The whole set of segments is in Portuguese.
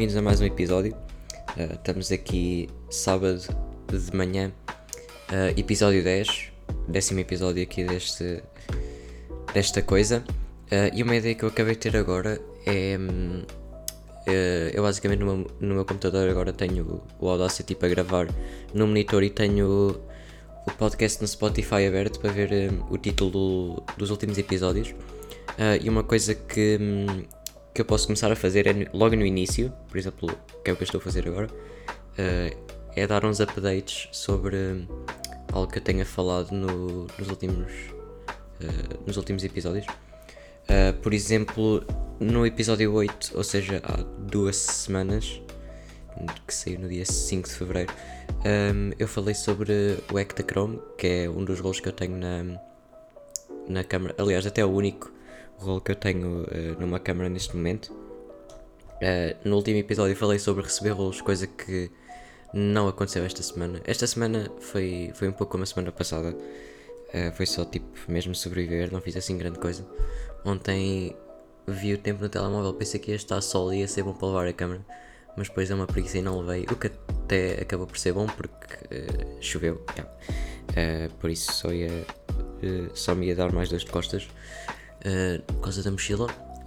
bem-vindos a mais um episódio. Estamos aqui sábado de manhã, episódio 10, décimo episódio aqui desta coisa. E uma ideia que eu acabei de ter agora é... eu basicamente no meu computador agora tenho o Audacity para gravar no monitor e tenho o podcast no Spotify aberto para ver o título dos últimos episódios. E uma coisa que eu posso começar a fazer é logo no início, por exemplo, que é o que eu estou a fazer agora, é dar uns updates sobre algo que eu tenha falado nos últimos episódios. Por exemplo, no episódio 8, ou seja, há 2 semanas, que saiu no dia 5 de Fevereiro, eu falei sobre o Ektachrome, que é um dos rolos que eu tenho na câmara, aliás até é o único rolo que eu tenho numa câmara neste momento. No último episódio falei sobre receber rolos, coisa que não aconteceu esta semana. Esta semana foi um pouco como a semana passada, foi só tipo mesmo sobreviver, não fiz assim grande coisa. Ontem vi o tempo no telemóvel, pensei que ia estar sol e ia ser bom para levar a câmera, mas depois é uma preguiça e não levei, o que até acabou por ser bom porque choveu, por isso só me ia dar mais dores de costas por causa da mochila.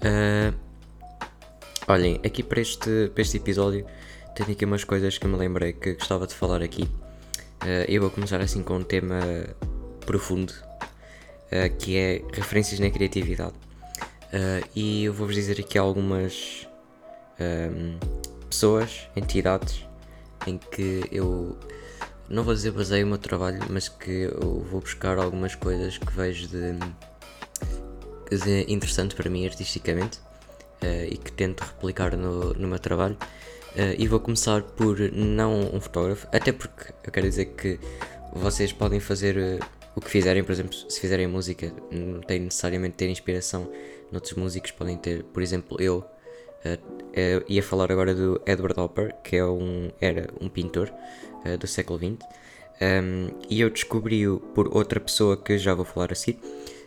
Olhem, aqui para este episódio tenho aqui umas coisas que me lembrei que gostava de falar aqui. Eu vou começar assim com um tema profundo, que é referências na criatividade. E eu vou-vos dizer aqui algumas pessoas, entidades, em que eu não vou dizer baseio o meu trabalho, mas que eu vou buscar algumas coisas que vejo de interessante para mim artisticamente, e que tento replicar no meu trabalho. E vou começar por não um fotógrafo, até porque eu quero dizer que vocês podem fazer o que fizerem. Por exemplo, se fizerem música, não tem necessariamente ter inspiração noutros músicos, podem ter, por exemplo, eu ia falar agora do Edward Hopper, que era um pintor do século XX, e eu descobri-o por outra pessoa que já vou falar assim.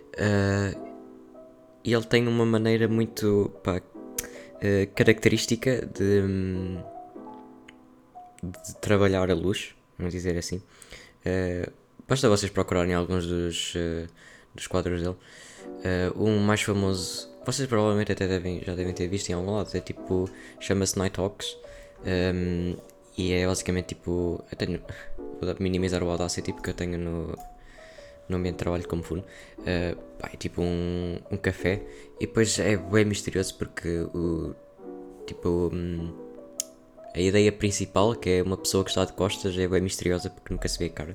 E ele tem uma maneira muito característica de trabalhar a luz, vamos dizer assim. Basta vocês procurarem alguns dos quadros dele. O mais famoso, vocês provavelmente até já devem ter visto em algum lado, é tipo, chama-se Nighthawks, e é basicamente tipo, vou minimizar o Audacity porque eu tenho no ambiente de trabalho como fundo, é tipo um café, e depois é bem misterioso porque a ideia principal, que é uma pessoa que está de costas, é bem misteriosa porque nunca se vê a cara.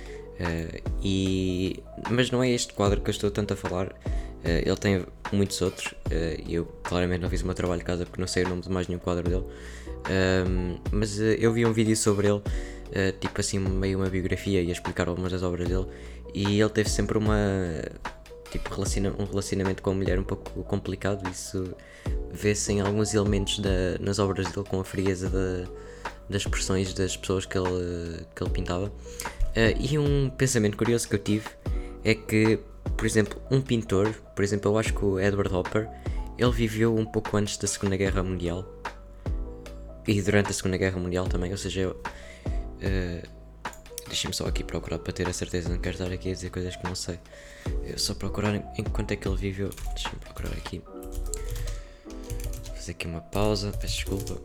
Mas não é este quadro que eu estou tanto a falar. Ele tem muitos outros, e eu claramente não fiz o meu trabalho de casa porque não sei o nome de mais nenhum quadro dele. Mas eu vi um vídeo sobre ele, tipo assim, meio uma biografia, e a explicar algumas das obras dele, e ele teve sempre um relacionamento com a mulher um pouco complicado. Isso vê-se em alguns elementos nas obras dele, com a frieza das expressões das pessoas que ele pintava. E um pensamento curioso que eu tive é que, por exemplo, um pintor, por exemplo, eu acho que o Edward Hopper, ele viveu um pouco antes da Segunda Guerra Mundial e durante a Segunda Guerra Mundial também, ou seja, deixem-me só aqui procurar para ter a certeza, não quero estar aqui a dizer coisas que não sei. Eu só procurar em quanto é que ele viveu. Deixem-me procurar aqui. Vou fazer aqui uma pausa, peço desculpa.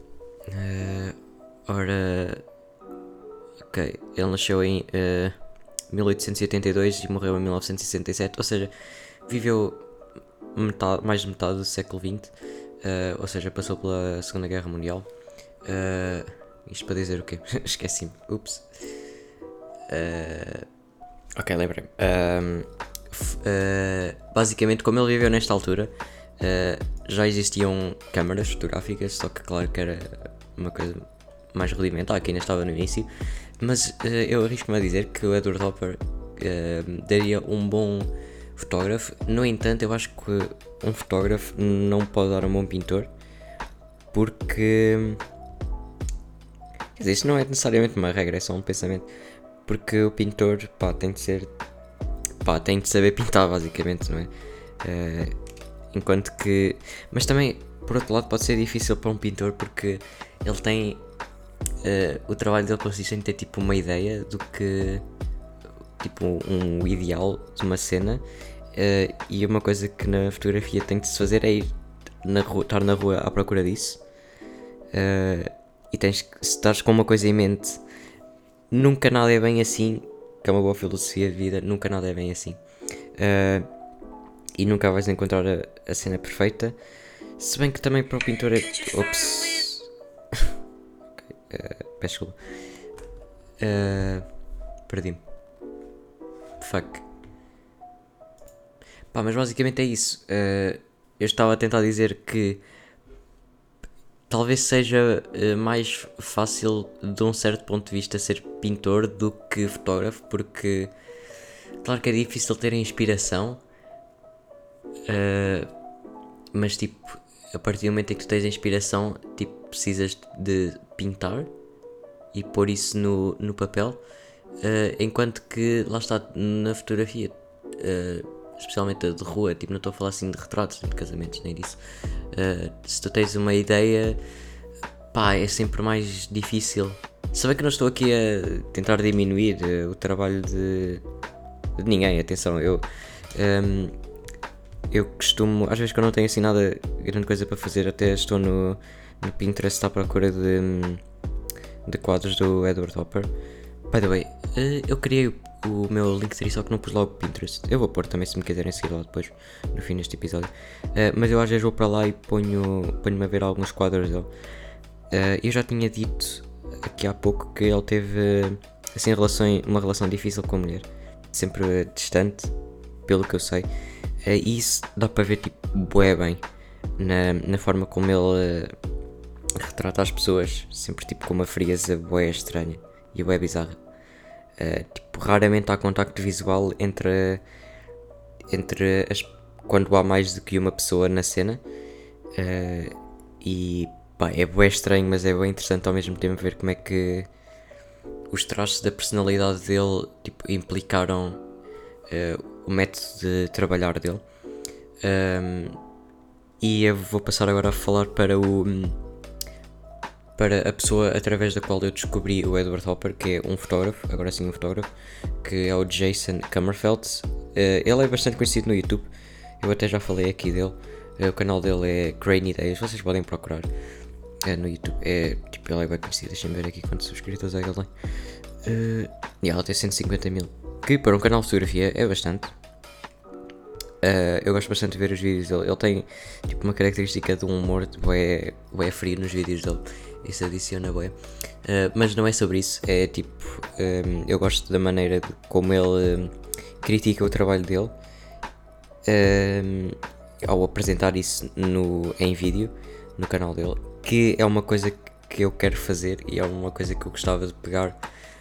Ok, ele nasceu em 1882 e morreu em 1967, ou seja, viveu mais de metade do século XX, ou seja, passou pela Segunda Guerra Mundial. Isto para dizer o quê? Esqueci-me, ups. Ok, lembrei-me. Basicamente, como ele viveu nesta altura, já existiam câmaras fotográficas, só que claro que era uma coisa mais rudimentar, que ainda estava no início, mas eu arrisco-me a dizer que o Edward Hopper daria um bom fotógrafo. No entanto, eu acho que um fotógrafo não pode dar um bom pintor, porque quer dizer, isto não é necessariamente uma regra, é só um pensamento, porque o pintor tem de saber pintar, basicamente, não é? Enquanto que, mas também por outro lado pode ser difícil para um pintor porque ele tem... o trabalho dele consiste em ter tipo uma ideia do que... tipo um ideal de uma cena, e uma coisa que na fotografia tem que se fazer é ir estar na rua à procura disso, e tens que, se estás com uma coisa em mente, nunca nada é bem assim, que é uma boa filosofia de vida, nunca nada é bem assim, e nunca vais encontrar a cena perfeita, se bem que também para o pintor é... Ops. Peço desculpa. Perdi-me. Fuck. Pá, mas basicamente é isso. Eu estava a tentar dizer que talvez seja mais fácil de um certo ponto de vista ser pintor do que fotógrafo, porque claro que é difícil ter inspiração, mas tipo, a partir do momento em que tu tens a inspiração, tipo, precisas de pintar e pôr isso no papel, enquanto que lá está na fotografia, especialmente a de rua, tipo, não estou a falar assim de retratos, nem de casamentos, nem disso. Se tu tens uma ideia, pá, é sempre mais difícil. Sabe que não estou aqui a tentar diminuir o trabalho de ninguém, atenção, eu costumo, às vezes que eu não tenho assim nada grande coisa para fazer, até estou no Pinterest à procura de quadros do Edward Hopper. By the way, eu criei o meu Linktree, só que não pus lá o Pinterest. Eu vou pôr também se me quiserem seguir lá depois, no fim deste episódio. Mas eu às vezes vou para lá e ponho-me a ver alguns quadros dele. Eu já tinha dito aqui há pouco que ele teve assim, uma relação difícil com a mulher, sempre distante, pelo que eu sei. E isso dá para ver tipo bué bem na forma como ele retrata as pessoas, sempre tipo com uma frieza bué estranha e bué bizarra. Tipo, raramente há contacto visual entre quando há mais do que uma pessoa na cena, e pá, é bué estranho, mas é bem interessante ao mesmo tempo ver como é que os traços da personalidade dele tipo, implicaram o método de trabalhar dele. E eu vou passar agora a falar para a pessoa através da qual eu descobri o Edward Hopper, que é um fotógrafo, agora sim um fotógrafo, que é o Jason Kammerfeld. Ele é bastante conhecido no YouTube, eu até já falei aqui dele. O canal dele é Grainy Days, vocês podem procurar no YouTube. Tipo, ele é bem conhecido, deixem-me ver aqui quantos subscritores é que ele tem. Ele tem 150 mil, que para um canal de fotografia é bastante. Eu gosto bastante de ver os vídeos dele. Ele tem tipo uma característica de um humor bué frio nos vídeos dele. Isso adiciona bué. Mas não é sobre isso. É tipo, eu gosto da maneira como ele critica o trabalho dele, ao apresentar isso em vídeo no canal dele, que é uma coisa que eu quero fazer e é uma coisa que eu gostava de pegar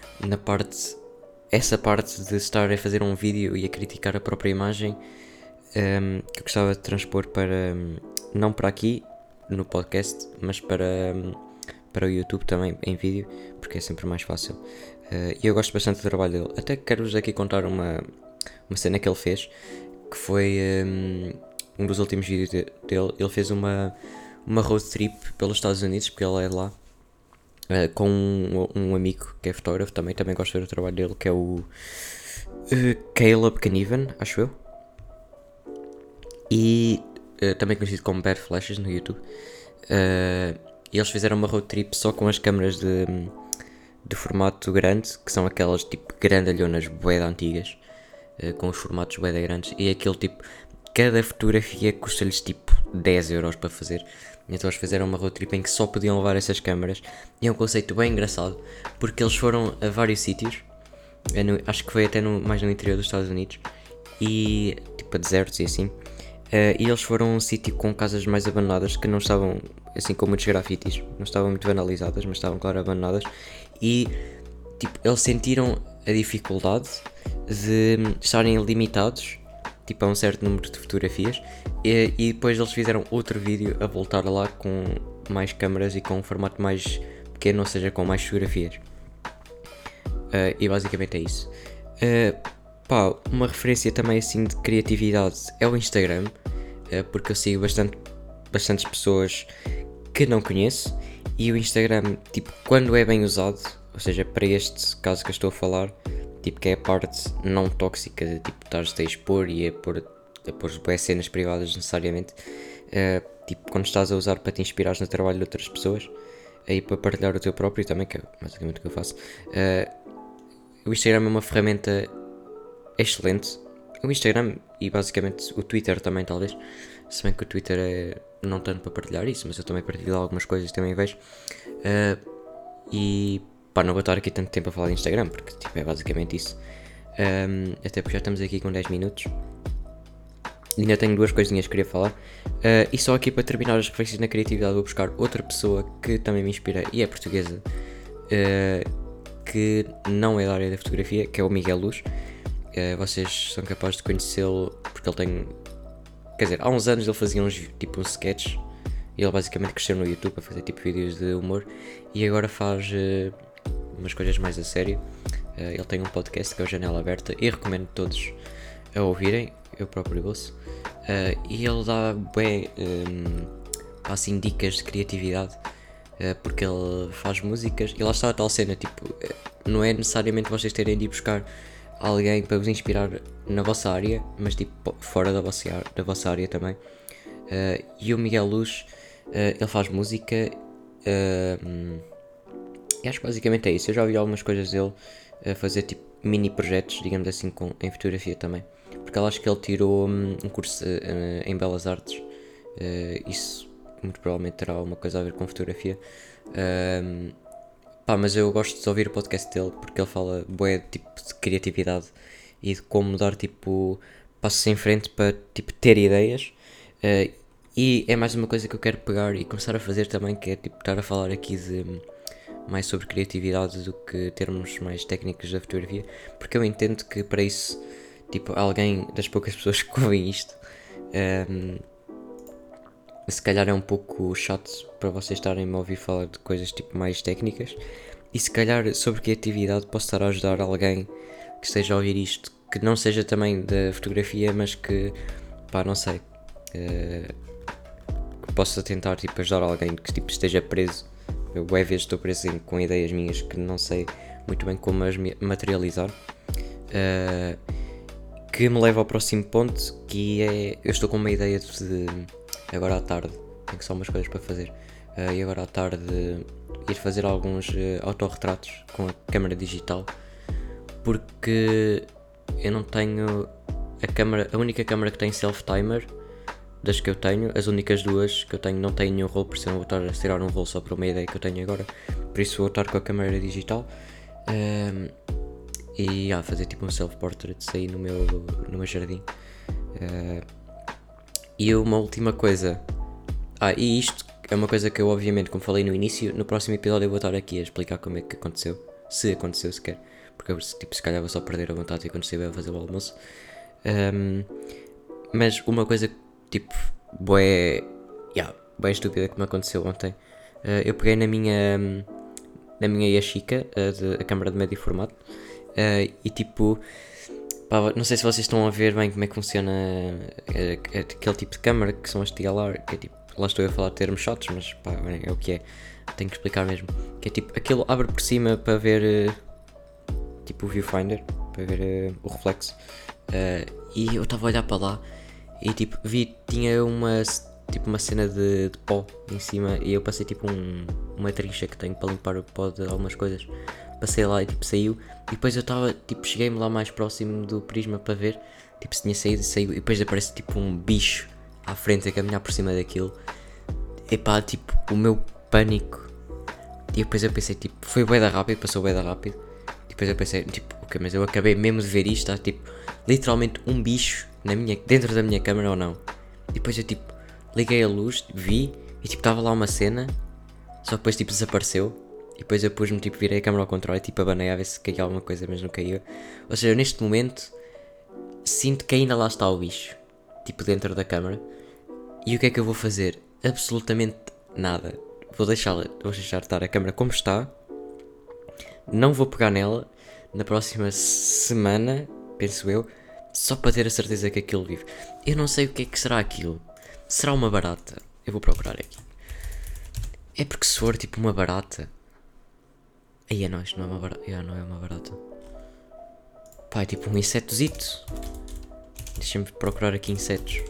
essa parte de estar a fazer um vídeo e a criticar a própria imagem, que eu gostava de transpor para, não para aqui no podcast, mas para o YouTube também em vídeo, porque é sempre mais fácil. E eu gosto bastante do trabalho dele. Até quero-vos aqui contar uma cena que ele fez, que foi um dos últimos vídeos dele. Ele fez uma road trip pelos Estados Unidos, porque ele é de lá, com um amigo que é fotógrafo, também gosto de ver o trabalho dele, que é o Caleb Kniven, acho eu. E também conhecido como Bad Flashes no YouTube. E eles fizeram uma road trip só com as câmeras de formato grande, que são aquelas tipo grandalhonas bué antigas, com os formatos bué grandes, e aquele tipo, cada fotografia custa-lhes tipo 10€ para fazer. Então eles fizeram uma road trip em que só podiam levar essas câmaras, e é um conceito bem engraçado, porque eles foram a vários sítios, acho que foi até mais no interior dos Estados Unidos, e tipo a desertos e assim. E eles foram a um sítio com casas mais abandonadas, que não estavam assim com muitos grafites, não estavam muito banalizadas, mas estavam claro abandonadas, e tipo, eles sentiram a dificuldade de estarem limitados tipo, a um certo número de fotografias, e depois eles fizeram outro vídeo a voltar lá com mais câmaras e com um formato mais pequeno, ou seja, com mais fotografias. E basicamente é isso. Uma referência também assim de criatividade é o Instagram, porque eu sigo bastante bastantes pessoas que não conheço. E o Instagram, tipo, quando é bem usado, ou seja, para este caso que eu estou a falar, tipo, que é a parte não tóxica de, tipo, estares a expor e a pôr boas cenas privadas necessariamente, tipo, quando estás a usar para te inspirares no trabalho de outras pessoas, aí para partilhar o teu próprio também, que é basicamente o que eu faço, o Instagram é uma ferramenta excelente. O Instagram e basicamente o Twitter também, talvez. Se bem que o Twitter é não tanto para partilhar isso, mas eu também partilho algumas coisas, também vejo. E pá, não vou estar aqui tanto tempo a falar de Instagram, porque tipo, é basicamente isso. Até porque já estamos aqui com 10 minutos. Ainda tenho duas coisinhas que queria falar. E só aqui para terminar as referências na criatividade, vou buscar outra pessoa que também me inspira e é portuguesa, que não é da área da fotografia, que é o Miguel Luz. Vocês são capazes de conhecê-lo porque ele tem. Quer dizer, há uns anos ele fazia uns sketches. E ele basicamente cresceu no YouTube a fazer tipo vídeos de humor. E agora faz umas coisas mais a sério. Ele tem um podcast que é o Janela Aberta e recomendo todos a ouvirem. Eu próprio ouço. E ele dá bem assim dicas de criatividade. Porque ele faz músicas. E lá está a tal cena, tipo, não é necessariamente vocês terem de ir buscar alguém para vos inspirar na vossa área, mas tipo fora da vossa área também. E o Miguel Luz, ele faz música, e acho que basicamente é isso. Eu já ouvi algumas coisas dele a fazer tipo mini projetos, digamos assim, em fotografia também, porque eu acho que ele tirou um curso em Belas Artes. Isso muito provavelmente terá alguma coisa a ver com fotografia. Mas eu gosto de ouvir o podcast dele porque ele fala bué tipo de criatividade e de como dar tipo passos em frente para tipo ter ideias. E é mais uma coisa que eu quero pegar e começar a fazer também, que é tipo estar a falar aqui de mais sobre criatividade do que termos mais técnicos da fotografia, porque eu entendo que para isso, tipo, alguém das poucas pessoas que ouvem isto, se calhar é um pouco chato para vocês estarem a ouvir falar de coisas tipo mais técnicas, e se calhar sobre criatividade posso estar a ajudar alguém que esteja a ouvir isto, que não seja também da fotografia, mas que, pá, não sei, que possa tentar tipo ajudar alguém que tipo esteja preso. Eu às vezes estou preso com ideias minhas que não sei muito bem como as materializar, que me leva ao próximo ponto, que é, eu estou com uma ideia de agora à tarde, tenho só umas coisas para fazer, e agora à tarde ir fazer alguns autorretratos com a câmera digital, porque eu não tenho a única câmera que tem self-timer das que eu tenho, as únicas duas que eu tenho não têm nenhum rolo, por isso eu não vou estar a tirar um rolo só para uma ideia que eu tenho agora, por isso vou estar com a câmera digital e fazer tipo um self-portrait aí no meu jardim. E uma última coisa, e isto é uma coisa que eu obviamente, como falei no início, no próximo episódio eu vou estar aqui a explicar como é que aconteceu, se aconteceu sequer, porque tipo, se calhar vou só perder a vontade quando estiver a fazer o almoço. Mas uma coisa tipo bem estúpida que me aconteceu ontem, eu peguei na minha Yashica, a câmera de médio formato, e tipo, não sei se vocês estão a ver bem como é que funciona aquele tipo de câmera que são as TLR, que é tipo, lá estou eu a falar de termos shots, mas é o que é, tenho que explicar mesmo, que é tipo, aquilo abre por cima para ver tipo o viewfinder, para ver o reflexo, e eu estava a olhar para lá e tipo, tinha uma cena de pó em cima, e eu passei tipo uma trincha que tenho para limpar o pó de algumas coisas, passei lá e tipo saiu, e depois eu estava tipo, cheguei-me lá mais próximo do prisma para ver tipo se tinha saído, e saiu, e depois aparece tipo um bicho à frente a caminhar por cima daquilo, e tipo, o meu pânico, e depois eu pensei tipo, foi bué da rápido, passou bué da rápido, e depois eu pensei tipo, ok, mas eu acabei mesmo de ver isto, está tipo, literalmente um bicho dentro da minha câmera ou não, e depois eu tipo, liguei a luz, vi, e tipo, estava lá uma cena, só que depois tipo desapareceu, e depois eu pus-me tipo, virei a câmera ao contrário e tipo abanei a ver se caía alguma coisa, mas não caiu. Ou seja, neste momento sinto que ainda lá está o bicho, tipo dentro da câmera, e o que é que eu vou fazer? Absolutamente nada. Vou deixar estar a câmera como está, não vou pegar nela na próxima semana, penso eu, só para ter a certeza que aquilo vive. Eu não sei o que é que será aquilo. Será uma barata? Eu vou procurar aqui. É porque se for tipo uma barata. Aí não, isto não é uma barata. Não é uma barata. Pá, é tipo um insetozito. Deixa-me procurar aqui insetos.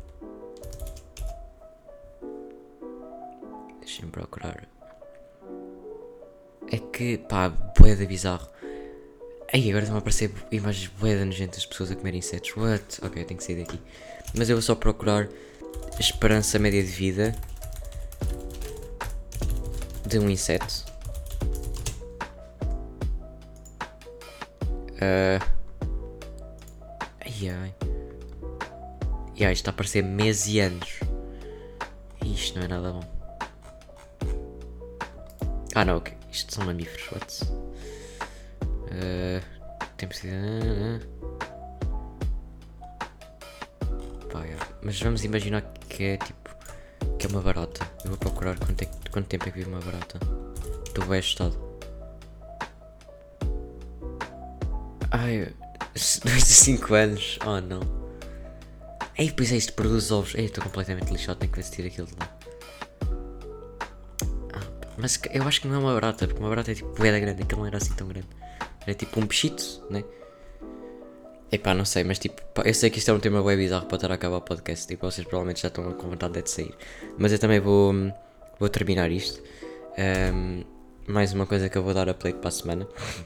Deixa-me procurar. É que, pá, bué bizarro. Aí agora estão a aparecer imagens bué nojentas das pessoas a comer insetos. What? Ok, tenho que sair daqui. Mas eu vou só procurar a esperança média de vida de um inseto. Ai. E isto está a parecer meses e anos. Isto não é nada bom. Não, ok. Isto são mamíferos. What? Temos que... Pá, mas vamos imaginar que é tipo... Que é uma barata. Eu vou procurar quanto tempo é que vive uma barata. Estou bem assustado. 2 a 5 anos. Oh não. Pois é, isto produz ovos. Estou completamente lixado, tenho que ver se tira aquilo de lá. Mas eu acho que não é uma barata, porque uma barata é tipo bué grande, aquilo não era assim tão grande. Era tipo um peixito, né? Não sei, mas tipo, eu sei que isto é um tema bué bizarro para estar a acabar o podcast. Tipo, vocês provavelmente já estão com vontade de sair. Mas eu também vou terminar isto. Mais uma coisa que eu vou dar update para a semana.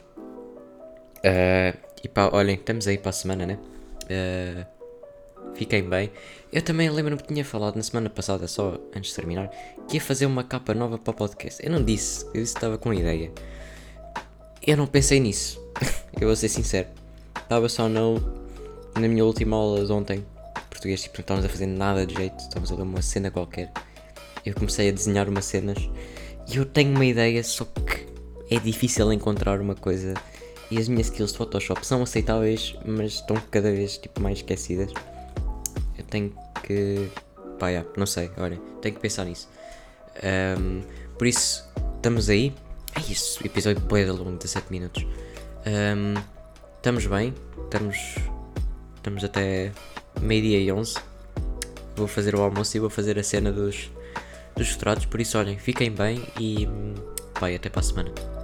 Olhem, estamos aí para a semana, né? Fiquem bem. Eu também lembro-me que tinha falado na semana passada, só antes de terminar, que ia fazer uma capa nova para o podcast. Eu não disse, eu disse que estava com a ideia. Eu não pensei nisso. Eu vou ser sincero. Estava só na minha última aula de ontem, português, tipo, não estávamos a fazer nada de jeito, estávamos a ler uma cena qualquer. Eu comecei a desenhar umas cenas e eu tenho uma ideia, só que é difícil encontrar uma coisa. E as minhas skills de Photoshop são aceitáveis, mas estão cada vez tipo, mais esquecidas. Eu tenho que... não sei, olha, tenho que pensar nisso. Por isso, estamos aí. Isso, episódio bué de longo, 17 minutos. Estamos bem, estamos até meio-dia e 11. Vou fazer o almoço e vou fazer a cena dos retratos. Por isso, olhem, fiquem bem e até para a semana.